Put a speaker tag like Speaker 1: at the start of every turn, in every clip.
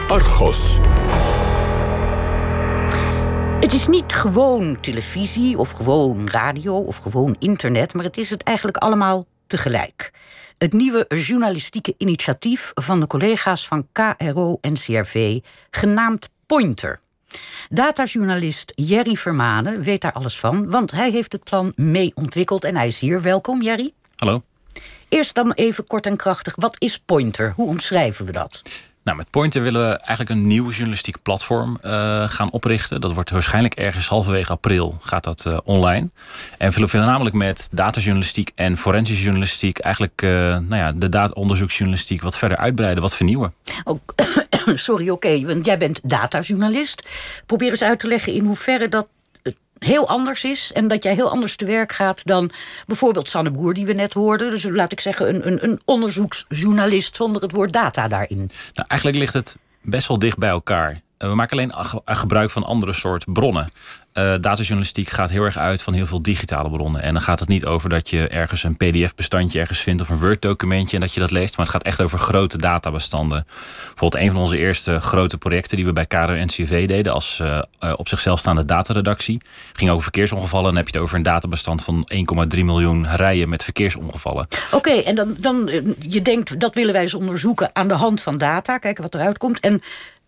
Speaker 1: Argos.
Speaker 2: Het is niet gewoon televisie of gewoon radio of gewoon internet, maar het is het eigenlijk allemaal tegelijk. Het nieuwe journalistieke initiatief van de collega's van KRO-NCRV, genaamd Pointer. Datajournalist Jerry Vermanen weet daar alles van, want hij heeft het plan mee ontwikkeld en hij is hier. Welkom, Jerry.
Speaker 3: Hallo.
Speaker 2: Eerst dan even kort en krachtig, wat is Pointer? Hoe omschrijven we dat?
Speaker 3: Nou, met Pointer willen we eigenlijk een nieuw journalistiek platform gaan oprichten. Dat wordt waarschijnlijk ergens halverwege april gaat dat online. En we willen namelijk met datajournalistiek en forensische journalistiek eigenlijk de onderzoeksjournalistiek wat verder uitbreiden, wat vernieuwen.
Speaker 2: Oké, want jij bent datajournalist. Probeer eens uit te leggen in hoeverre dat heel anders is en dat jij heel anders te werk gaat dan bijvoorbeeld Sanne Boer die we net hoorden. Dus laat ik zeggen een onderzoeksjournalist zonder het woord data daarin. Nou,
Speaker 3: eigenlijk ligt het best wel dicht bij elkaar. We maken alleen gebruik van andere soort bronnen. Datajournalistiek gaat heel erg uit van heel veel digitale bronnen. En dan gaat het niet over dat je ergens een pdf-bestandje ergens vindt of een Word-documentje en dat je dat leest. Maar het gaat echt over grote databestanden. Bijvoorbeeld een van onze eerste grote projecten die we bij KRO-NCRV deden als op zichzelf staande dataredactie. Ging over verkeersongevallen. Dan heb je het over een databestand van 1,3 miljoen rijen met verkeersongevallen.
Speaker 2: Oké, en dan je denkt dat willen wij eens onderzoeken aan de hand van data. Kijken wat eruit komt. En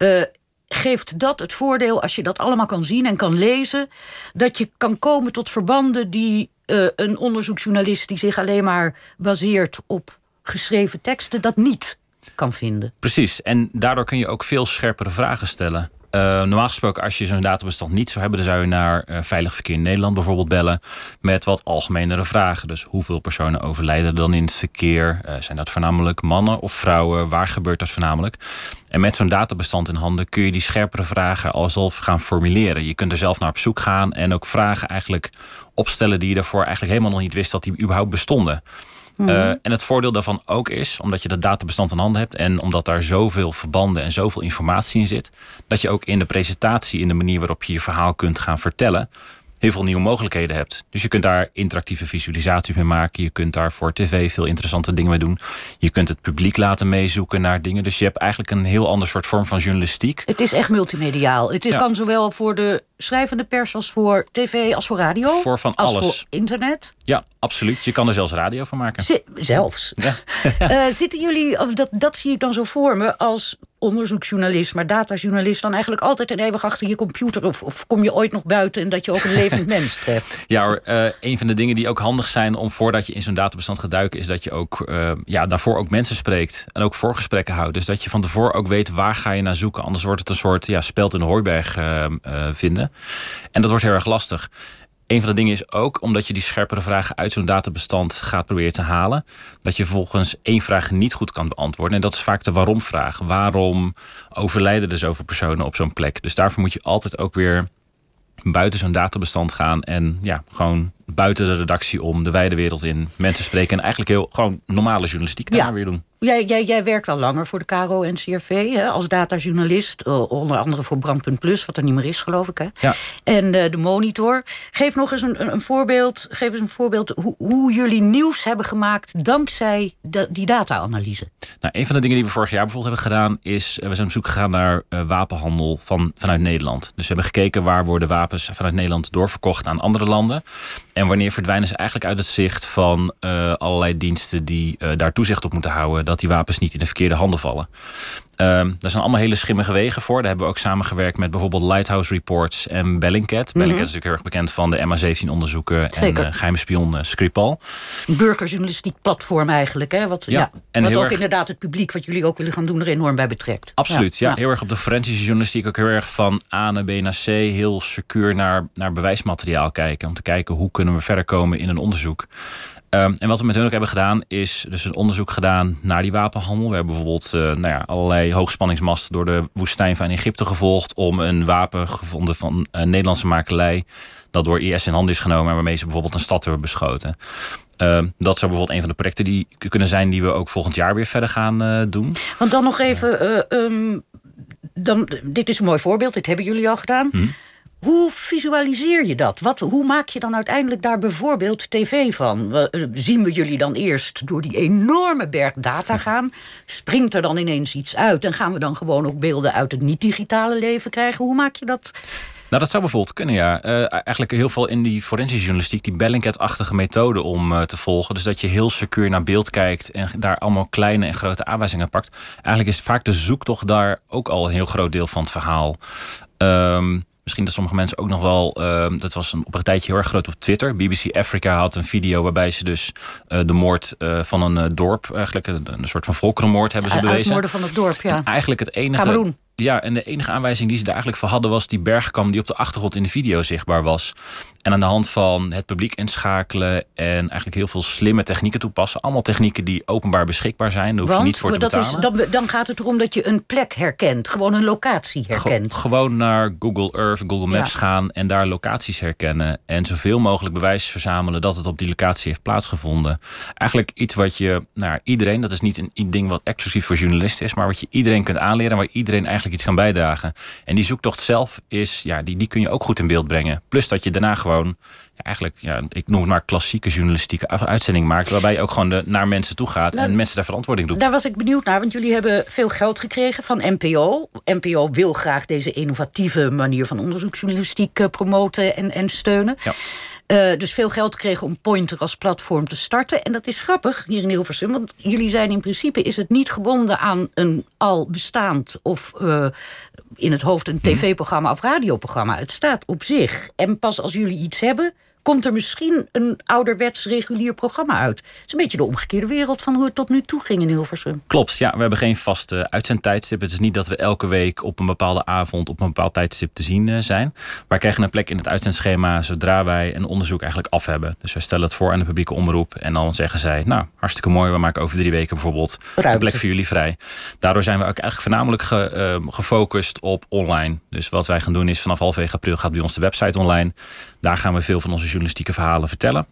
Speaker 2: geeft dat het voordeel, als je dat allemaal kan zien en kan lezen, dat je kan komen tot verbanden die een onderzoeksjournalist die zich alleen maar baseert op geschreven teksten dat niet kan vinden.
Speaker 3: Precies, en daardoor kun je ook veel scherpere vragen stellen. Normaal gesproken, als je zo'n databestand niet zou hebben, dan zou je naar Veilig Verkeer in Nederland bijvoorbeeld bellen met wat algemenere vragen. Dus hoeveel personen overlijden er dan in het verkeer? Zijn dat voornamelijk mannen of vrouwen? Waar gebeurt dat voornamelijk? En met zo'n databestand in handen kun je die scherpere vragen alsof gaan formuleren. Je kunt er zelf naar op zoek gaan en ook vragen eigenlijk opstellen die je daarvoor eigenlijk helemaal nog niet wist dat die überhaupt bestonden. En het voordeel daarvan ook is, omdat je dat databestand in handen hebt en omdat daar zoveel verbanden en zoveel informatie in zit, dat je ook in de presentatie, in de manier waarop je je verhaal kunt gaan vertellen, heel veel nieuwe mogelijkheden hebt. Dus je kunt daar interactieve visualisaties mee maken. Je kunt daar voor tv veel interessante dingen mee doen. Je kunt het publiek laten meezoeken naar dingen. Dus je hebt eigenlijk een heel ander soort vorm van journalistiek.
Speaker 2: Het is echt multimediaal. Het kan zowel voor de schrijvende pers als voor tv, als voor radio.
Speaker 3: Voor van
Speaker 2: als
Speaker 3: alles.
Speaker 2: Voor internet.
Speaker 3: Ja, absoluut. Je kan er zelfs radio van maken.
Speaker 2: Zelfs. Ja. Zitten jullie, dat zie ik dan zo voor me, als onderzoeksjournalist, maar datajournalist, dan eigenlijk altijd en eeuwig achter je computer? Of kom je ooit nog buiten en dat je ook een levend mens treft?
Speaker 3: Ja hoor, een van de dingen die ook handig zijn om voordat je in zo'n databestand gaat duiken, is dat je ook daarvoor ook mensen spreekt en ook voorgesprekken houdt. Dus dat je van tevoren ook weet waar ga je naar zoeken. Anders wordt het een soort speld in de hooiberg vinden. En dat wordt heel erg lastig. Een van de dingen is ook, omdat je die scherpere vragen uit zo'n databestand gaat proberen te halen, dat je vervolgens één vraag niet goed kan beantwoorden. En dat is vaak de waarom-vraag. Waarom overlijden er zoveel personen op zo'n plek? Dus daarvoor moet je altijd ook weer buiten zo'n databestand gaan en gewoon buiten de redactie om, de wijde wereld in, mensen spreken en eigenlijk heel gewoon normale journalistiek daar weer doen.
Speaker 2: Jij werkt al langer voor de KRO-NCRV als datajournalist. Onder andere voor Brandpunt Plus, wat er niet meer is, geloof ik. Hè?
Speaker 3: Ja.
Speaker 2: En de Monitor. Geef nog eens een voorbeeld. Geef eens een voorbeeld hoe jullie nieuws hebben gemaakt dankzij die data-analyse.
Speaker 3: Nou, een van de dingen die we vorig jaar bijvoorbeeld hebben gedaan is, we zijn op zoek gegaan naar wapenhandel vanuit Nederland. Dus we hebben gekeken waar worden wapens vanuit Nederland doorverkocht aan andere landen. En wanneer verdwijnen ze eigenlijk uit het zicht van allerlei diensten die daar toezicht op moeten houden, dat die wapens niet in de verkeerde handen vallen. Daar zijn allemaal hele schimmige wegen voor. Daar hebben we ook samengewerkt met bijvoorbeeld Lighthouse Reports en Bellingcat. Bellingcat is natuurlijk heel erg bekend van de MH17-onderzoeken en geheime spion Skripal.
Speaker 2: Een burgerjournalistiek platform eigenlijk. Hè? En wat ook erg, inderdaad het publiek, wat jullie ook willen gaan doen, er enorm bij betrekt.
Speaker 3: Absoluut, ja. Heel erg op de forensische journalistiek. Ook heel erg van A naar B naar C. Heel secuur naar bewijsmateriaal kijken. Om te kijken hoe kunnen we verder komen in een onderzoek. En wat we met hun ook hebben gedaan, is dus een onderzoek gedaan naar die wapenhandel. We hebben bijvoorbeeld allerlei hoogspanningsmasten door de woestijn van Egypte gevolgd om een wapen gevonden van Nederlandse makelij dat door IS in handen is genomen en waarmee ze bijvoorbeeld een stad hebben beschoten. Dat zou bijvoorbeeld een van de projecten die kunnen zijn die we ook volgend jaar weer verder gaan doen.
Speaker 2: Want dan nog even, dit is een mooi voorbeeld, dit hebben jullie al gedaan. Hoe visualiseer je dat? Hoe maak je dan uiteindelijk daar bijvoorbeeld tv van? Zien we jullie dan eerst door die enorme berg data gaan? Springt er dan ineens iets uit? En gaan we dan gewoon ook beelden uit het niet-digitale leven krijgen? Hoe maak je dat?
Speaker 3: Nou, dat zou bijvoorbeeld kunnen, ja. Eigenlijk heel veel in die forensische journalistiek, die Bellingcat-achtige methode om te volgen. Dus dat je heel secuur naar beeld kijkt en daar allemaal kleine en grote aanwijzingen pakt. Eigenlijk is vaak de zoektocht daar ook al een heel groot deel van het verhaal. Misschien dat sommige mensen ook nog wel... dat was op een tijdje heel erg groot op Twitter. BBC Africa had een video waarbij ze dus de moord van een dorp... eigenlijk een soort van volkerenmoord hebben ze bewezen.
Speaker 2: Het moorden van het dorp, ja.
Speaker 3: En eigenlijk het enige...
Speaker 2: Kameroen.
Speaker 3: Ja, en de enige aanwijzing die ze daar eigenlijk voor hadden... was die bergkam die op de achtergrond in de video zichtbaar was. En aan de hand van het publiek inschakelen... en eigenlijk heel veel slimme technieken toepassen. Allemaal technieken die openbaar beschikbaar zijn. Daar hoef je niet voor te betalen.
Speaker 2: Dan gaat het erom dat je een plek herkent. Gewoon een locatie herkent.
Speaker 3: Gewoon naar Google Earth, Google Maps gaan... en daar locaties herkennen. En zoveel mogelijk bewijs verzamelen... dat het op die locatie heeft plaatsgevonden. Eigenlijk iets wat je... iedereen, dat is niet een ding wat exclusief voor journalisten is... maar wat je iedereen kunt aanleren... waar iedereen eigenlijk iets kan bijdragen. En die zoektocht zelf is, die kun je ook goed in beeld brengen. Plus dat je daarna gewoon, ik noem het maar klassieke journalistieke uitzending maakt, waarbij je ook gewoon naar mensen toe gaat en mensen daar verantwoording doet.
Speaker 2: Daar was ik benieuwd naar, want jullie hebben veel geld gekregen van NPO. NPO wil graag deze innovatieve manier van onderzoeksjournalistiek promoten en steunen. Ja. Dus veel geld kregen om Pointer als platform te starten. En dat is grappig hier in Hilversum. Want jullie zijn in principe is het niet gebonden aan een al bestaand... of in het hoofd een tv-programma of radioprogramma. Het staat op zich. En pas als jullie iets hebben... komt er misschien een ouderwets regulier programma uit. Het is een beetje de omgekeerde wereld van hoe het tot nu toe ging in Hilversum.
Speaker 3: Klopt, ja. We hebben geen vaste uitzendtijdstip. Het is niet dat we elke week op een bepaalde avond... op een bepaald tijdstip te zien zijn. Wij krijgen een plek in het uitzendschema... zodra wij een onderzoek eigenlijk af hebben. Dus wij stellen het voor aan de publieke omroep... en dan zeggen zij, hartstikke mooi... we maken over 3 weken bijvoorbeeld een plek voor jullie vrij. Daardoor zijn we ook eigenlijk voornamelijk gefocust op online. Dus wat wij gaan doen is vanaf halfwege april... gaat bij ons de website online. Daar gaan we veel van onze journalistieke verhalen vertellen.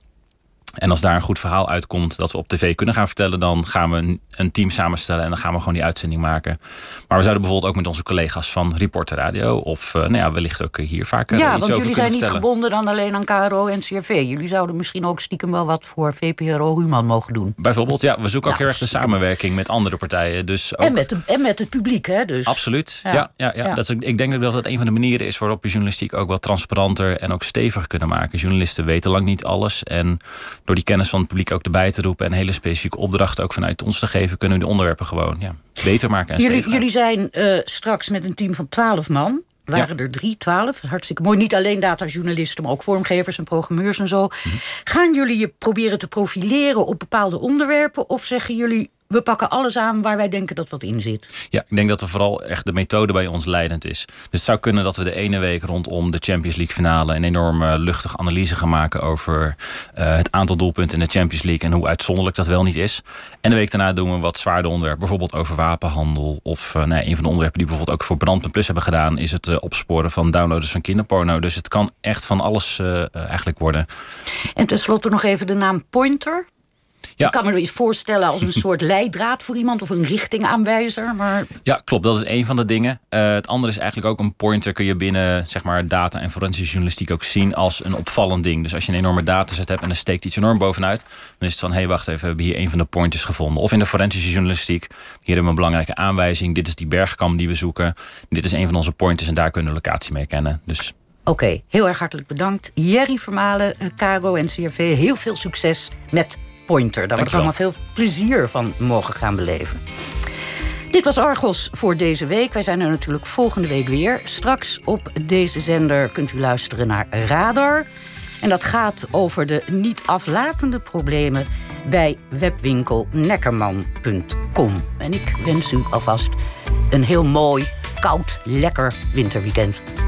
Speaker 3: En als daar een goed verhaal uitkomt dat we op tv kunnen gaan vertellen... dan gaan we een team samenstellen en dan gaan we gewoon die uitzending maken. Maar we zouden bijvoorbeeld ook met onze collega's van Reporter Radio... of wellicht ook hier vaker iets over kunnen vertellen. Ja, want
Speaker 2: jullie zijn niet gebonden dan alleen aan KRO en CRV. Jullie zouden misschien ook stiekem wel wat voor VPRO Human mogen doen.
Speaker 3: Bijvoorbeeld, ja. We zoeken ook heel erg de samenwerking met andere partijen. Dus ook...
Speaker 2: en met het publiek, hè? Dus.
Speaker 3: Absoluut, ja. Ik denk ook dat het een van de manieren is... waarop je journalistiek ook wat transparanter en ook steviger kunnen maken. Journalisten weten lang niet alles en... door die kennis van het publiek ook erbij te roepen... en hele specifieke opdrachten ook vanuit ons te geven... kunnen we de onderwerpen gewoon beter maken en steviger.
Speaker 2: Jullie zijn straks met een team van 12 man. Waren er 12, hartstikke mooi. Niet alleen datajournalisten, maar ook vormgevers en programmeurs en zo. Gaan jullie je proberen te profileren op bepaalde onderwerpen... of zeggen jullie... we pakken alles aan waar wij denken dat wat in zit?
Speaker 3: Ja, ik denk dat er vooral echt de methode bij ons leidend is. Dus het zou kunnen dat we de ene week rondom de Champions League finale... een enorme luchtige analyse gaan maken over het aantal doelpunten in de Champions League... en hoe uitzonderlijk dat wel niet is. En de week daarna doen we een wat zwaarder onderwerp. Bijvoorbeeld over wapenhandel. Of een van de onderwerpen die bijvoorbeeld ook voor Brandpunt Plus hebben gedaan... is het opsporen van downloaders van kinderporno. Dus het kan echt van alles eigenlijk worden.
Speaker 2: En tenslotte nog even de naam Pointer... Ja. Ik kan me iets voorstellen als een soort leidraad voor iemand... of een richtingaanwijzer. Maar...
Speaker 3: Ja, klopt. Dat is één van de dingen. Het andere is eigenlijk ook een pointer... kun je binnen data en forensische journalistiek ook zien... als een opvallend ding. Dus als je een enorme dataset hebt en er steekt iets enorm bovenuit... dan is het van, wacht even, we hebben hier een van de pointers gevonden. Of in de forensische journalistiek, hier hebben we een belangrijke aanwijzing. Dit is die bergkam die we zoeken. Dit is een van onze pointers en daar kunnen we de locatie mee kennen. Dus...
Speaker 2: Oké, heel erg hartelijk bedankt. Jerry Vermalen, KRO en CRV, heel veel succes met... Pointer, daar we er allemaal veel plezier van mogen gaan beleven. Dit was Argos voor deze week. Wij zijn er natuurlijk volgende week weer. Straks op deze zender kunt u luisteren naar Radar. En dat gaat over de niet aflatende problemen... bij webwinkel Neckerman.com. En ik wens u alvast een heel mooi, koud, lekker winterweekend.